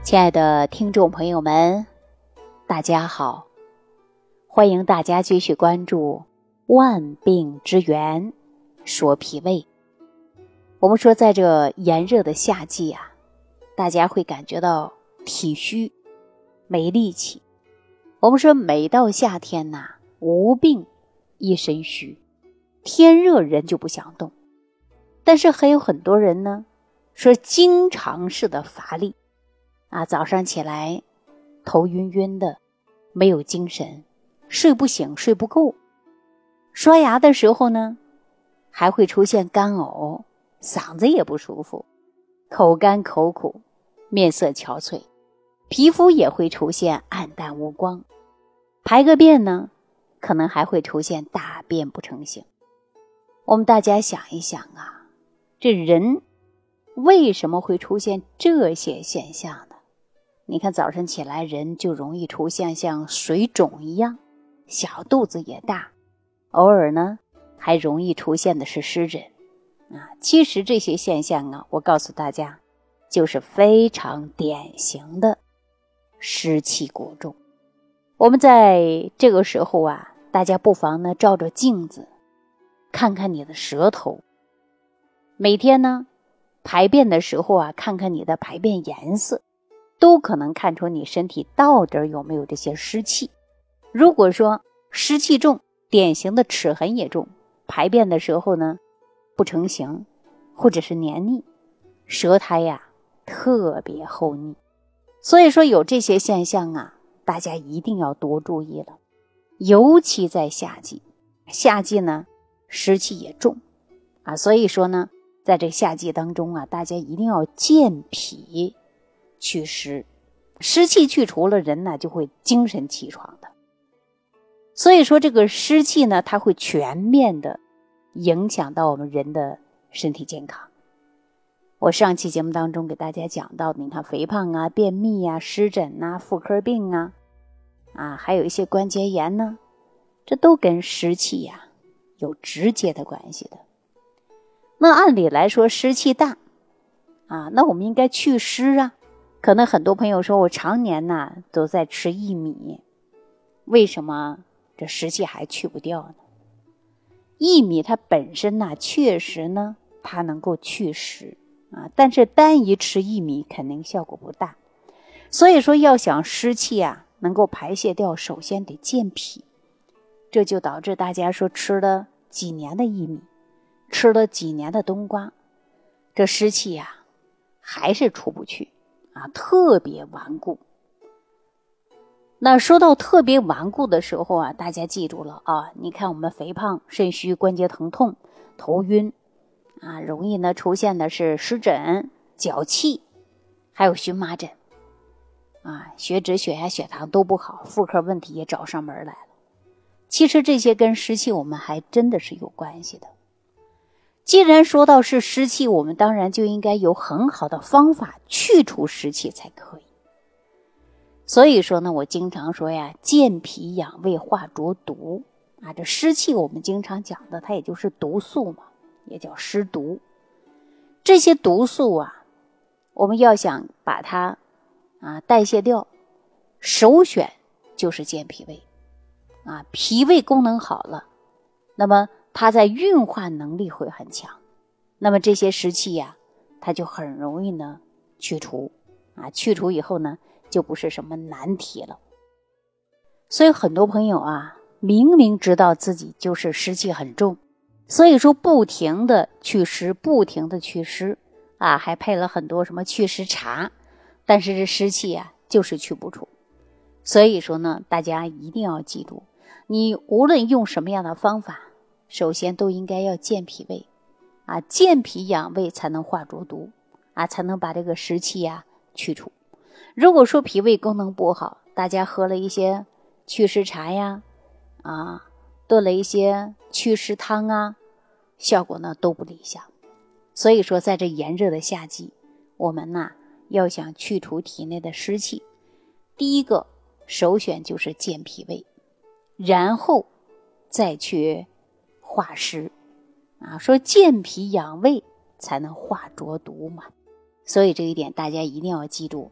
亲爱的听众朋友们，大家好，欢迎大家继续关注万病之源说脾胃。我们说在这炎热的夏季啊，大家会感觉到体虚没力气。我们说每到夏天呐，无病一身虚，天热人就不想动。但是还有很多人呢，说经常式的乏力啊，早上起来头晕晕的，没有精神，睡不醒，睡不够。刷牙的时候呢，还会出现干呕，嗓子也不舒服，口干口苦，面色憔悴，皮肤也会出现暗淡无光，排个便呢，可能还会出现大便不成形。我们大家想一想啊，这人为什么会出现这些现象呢？你看早晨起来人就容易出现像水肿一样，小肚子也大，偶尔呢还容易出现的是湿疹啊。其实这些现象啊，我告诉大家就是非常典型的湿气过重。我们在这个时候啊，大家不妨呢照着镜子看看你的舌头，每天呢排便的时候啊，看看你的排便颜色，都可能看出你身体到底有没有这些湿气。如果说湿气重，典型的齿痕也重，排便的时候呢不成形，或者是黏腻，舌苔呀特别厚腻。所以说有这些现象啊，大家一定要多注意了。尤其在夏季，夏季呢湿气也重啊，所以说呢在这夏季当中啊，大家一定要健脾祛湿，湿气去除了，人呢就会精神气爽的。所以说这个湿气呢，它会全面的影响到我们人的身体健康。我上期节目当中给大家讲到，你看肥胖啊、便秘啊、湿疹啊、妇科病啊，还有一些关节炎呢，这都跟湿气呀有直接的关系的。那按理来说湿气大那我们应该祛湿啊。可能很多朋友说，我常年呢都在吃薏米，为什么这湿气还去不掉呢？薏米它本身呢确实呢它能够祛湿但是单一吃薏米肯定效果不大。所以说要想湿气能够排泄掉，首先得健脾。这就导致大家说吃了几年的薏米，吃了几年的冬瓜，这湿气还是出不去特别顽固。那说到特别顽固的时候大家记住了你看我们肥胖、肾虚、关节疼痛、头晕容易呢出现的是湿疹、脚气，还有荨麻疹血脂、血压、血糖都不好，妇科问题也找上门来了。其实这些跟湿气我们还真的是有关系的。既然说到是湿气，我们当然就应该有很好的方法去除湿气才可以。所以说呢，我经常说健脾养胃化浊毒这湿气我们经常讲的，它也就是毒素嘛，也叫湿毒。这些毒素我们要想把它代谢掉，首选就是健脾胃脾胃功能好了，那么它在运化能力会很强，那么这些湿气它就很容易呢去除去除以后呢就不是什么难题了。所以很多朋友明明知道自己就是湿气很重，所以说不停的祛湿，不停的祛湿还配了很多什么祛湿茶，但是这湿气就是去不除。所以说呢，大家一定要记住，你无论用什么样的方法，首先都应该要健脾胃健脾养胃才能化浊毒才能把这个湿气去除。如果说脾胃功能不好，大家喝了一些祛湿茶炖了一些祛湿汤效果呢都不理想。所以说在这炎热的夏季，我们要想去除体内的湿气，第一个首选就是健脾胃，然后再去化湿说健脾养胃才能化浊毒嘛。所以这一点大家一定要记住，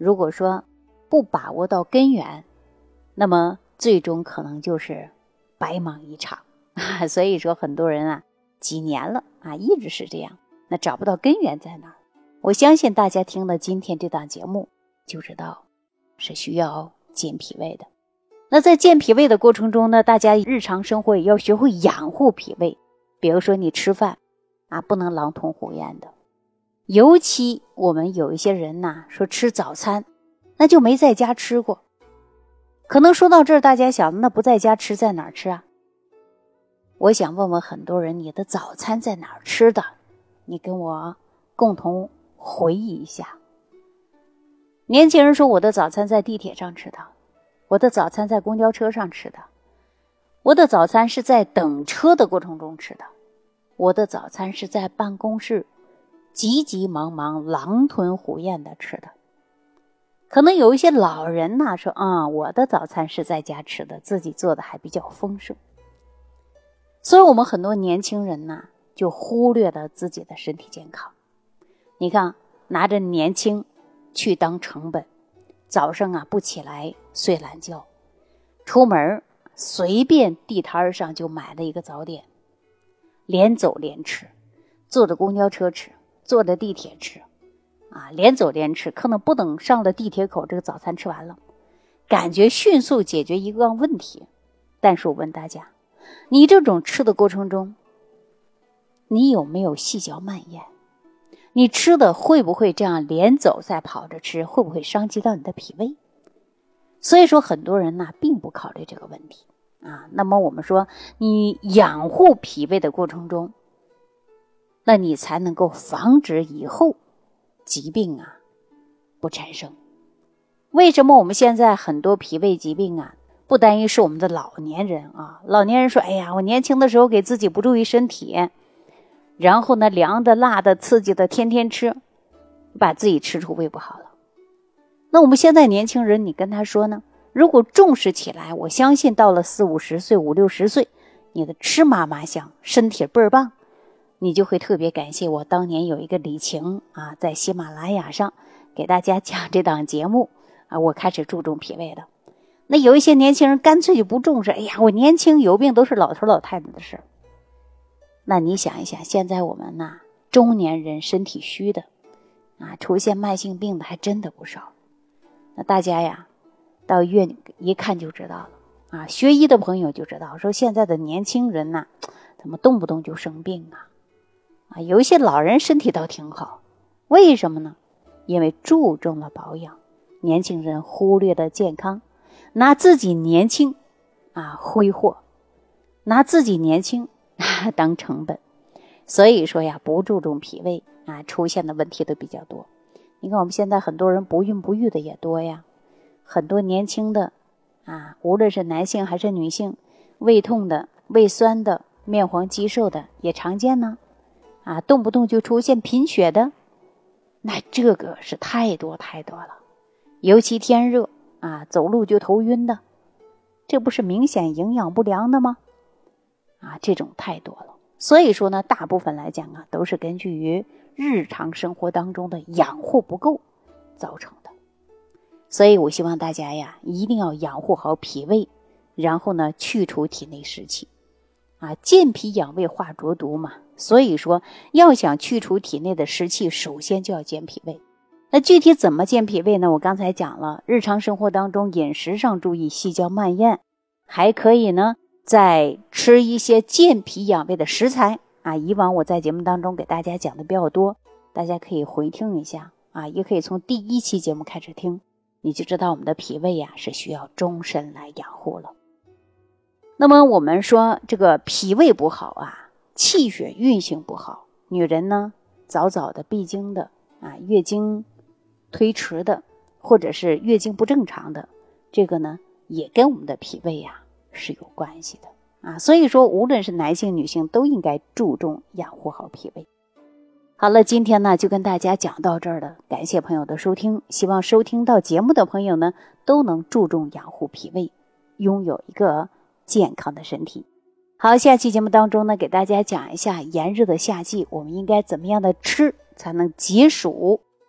如果说不把握到根源，那么最终可能就是白忙一场所以说很多人啊，几年了啊，一直是这样，那找不到根源在哪儿。我相信大家听了今天这档节目就知道是需要健脾胃的。那在健脾胃的过程中呢，大家日常生活也要学会养护脾胃。比如说你吃饭啊，不能狼吞虎咽的。尤其我们有一些人呐，说吃早餐那就没在家吃过。可能说到这儿，大家想，那不在家吃在哪儿吃啊？我想问问很多人，你的早餐在哪儿吃的？你跟我共同回忆一下。年轻人说，我的早餐在地铁上吃的，我的早餐在公交车上吃的，我的早餐是在等车的过程中吃的，我的早餐是在办公室急急忙忙狼吞虎咽的吃的。可能有一些老人呐，说我的早餐是在家吃的，自己做的还比较丰盛。所以我们很多年轻人呐，就忽略了自己的身体健康。你看，拿着年轻去当成本，早上啊不起来睡懒觉，出门随便地摊上就买了一个早点，连走连吃，坐着公交车吃，坐着地铁吃连走连吃，可能不等上了地铁口，这个早餐吃完了，感觉迅速解决一个问题。但是我问大家，你这种吃的过程中，你有没有细嚼慢咽？你吃的会不会这样连走再跑着吃？会不会伤及到你的脾胃？所以说很多人呢并不考虑这个问题那么我们说，你养护脾胃的过程中，那你才能够防止以后疾病不产生。为什么我们现在很多脾胃疾病不单一是我们的老年人老年人说，哎呀，我年轻的时候给自己不注意身体，然后呢凉的辣的刺激的天天吃，把自己吃出胃不好了。那我们现在年轻人，你跟他说呢，如果重视起来，我相信到了40-50岁50-60岁，你的吃嘛嘛香，身体倍儿棒，你就会特别感谢我当年有一个李晴在喜马拉雅上给大家讲这档节目我开始注重脾胃的。那有一些年轻人干脆就不重视，哎呀，我年轻有病都是老头老太太的事。那你想一想，现在我们中年人身体虚的出现慢性病的还真的不少。那大家呀到医院一看就知道了学医的朋友就知道，说现在的年轻人怎么动不动就生病有一些老人身体倒挺好，为什么呢？因为注重了保养，年轻人忽略了健康，拿自己年轻挥霍，拿自己年轻当成本。所以说呀，不注重脾胃出现的问题都比较多。你看我们现在很多人不孕不育的也多呀，很多年轻的无论是男性还是女性，胃痛的、胃酸的、面黄肌瘦的也常见呢动不动就出现贫血的，那这个是太多太多了。尤其天热走路就头晕的，这不是明显营养不良的吗？这种太多了。所以说呢，大部分来讲都是根据于日常生活当中的养护不够造成的。所以我希望大家呀一定要养护好脾胃，然后呢去除体内湿气健脾养胃化浊毒嘛。所以说要想去除体内的湿气，首先就要健脾胃。那具体怎么健脾胃呢？我刚才讲了，日常生活当中饮食上注意细嚼慢咽，还可以呢再吃一些健脾养胃的食材以往我在节目当中给大家讲的比较多，大家可以回听一下也可以从第1期节目开始听，你就知道我们的脾胃是需要终身来养护了。那么我们说这个脾胃不好气血运行不好，女人呢早早的闭经的月经推迟的，或者是月经不正常的，这个呢也跟我们的脾胃是有关系的所以说无论是男性女性都应该注重养护好脾胃。好了，今天呢就跟大家讲到这儿了，感谢朋友的收听，希望收听到节目的朋友呢都能注重养护脾胃，拥有一个健康的身体。好，下期节目当中呢给大家讲一下炎热的夏季我们应该怎么样的吃才能解暑。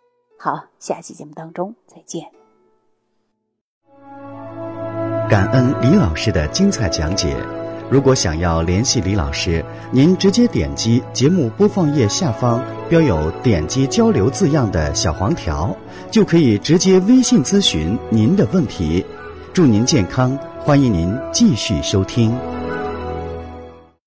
好，下期节目当中再见。 感恩李老师的精彩讲解。如果想要联系李老师，您直接点击节目播放页下方标有点击交流字样的小黄条，就可以直接微信咨询您的问题。祝您健康，欢迎您继续收听。